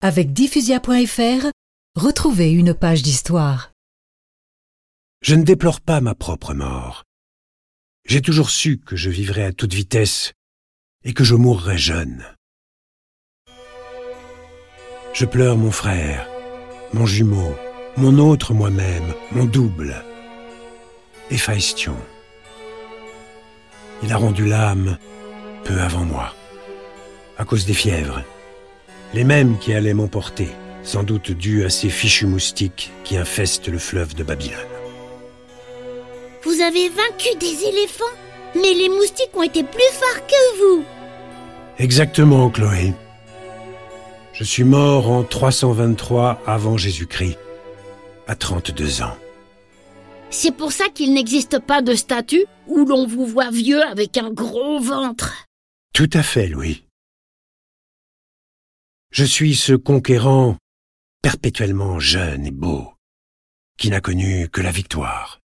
Avec diffusia.fr, retrouvez une page d'histoire. Je ne déplore pas ma propre mort. J'ai toujours su que je vivrais à toute vitesse et que je mourrais jeune. Je pleure mon frère, mon jumeau, mon autre moi-même, mon double, Héphaïstion. Il a rendu l'âme peu avant moi, à cause des fièvres, les mêmes qui allaient m'emporter, sans doute dues à ces fichus moustiques qui infestent le fleuve de Babylone. Vous avez vaincu des éléphants, mais les moustiques ont été plus forts que vous. Exactement, Chloé. Je suis mort en 323 avant Jésus-Christ, à 32 ans. C'est pour ça qu'il n'existe pas de statue où l'on vous voit vieux avec un gros ventre. Tout à fait, Louis. Je suis ce conquérant perpétuellement jeune et beau, qui n'a connu que la victoire.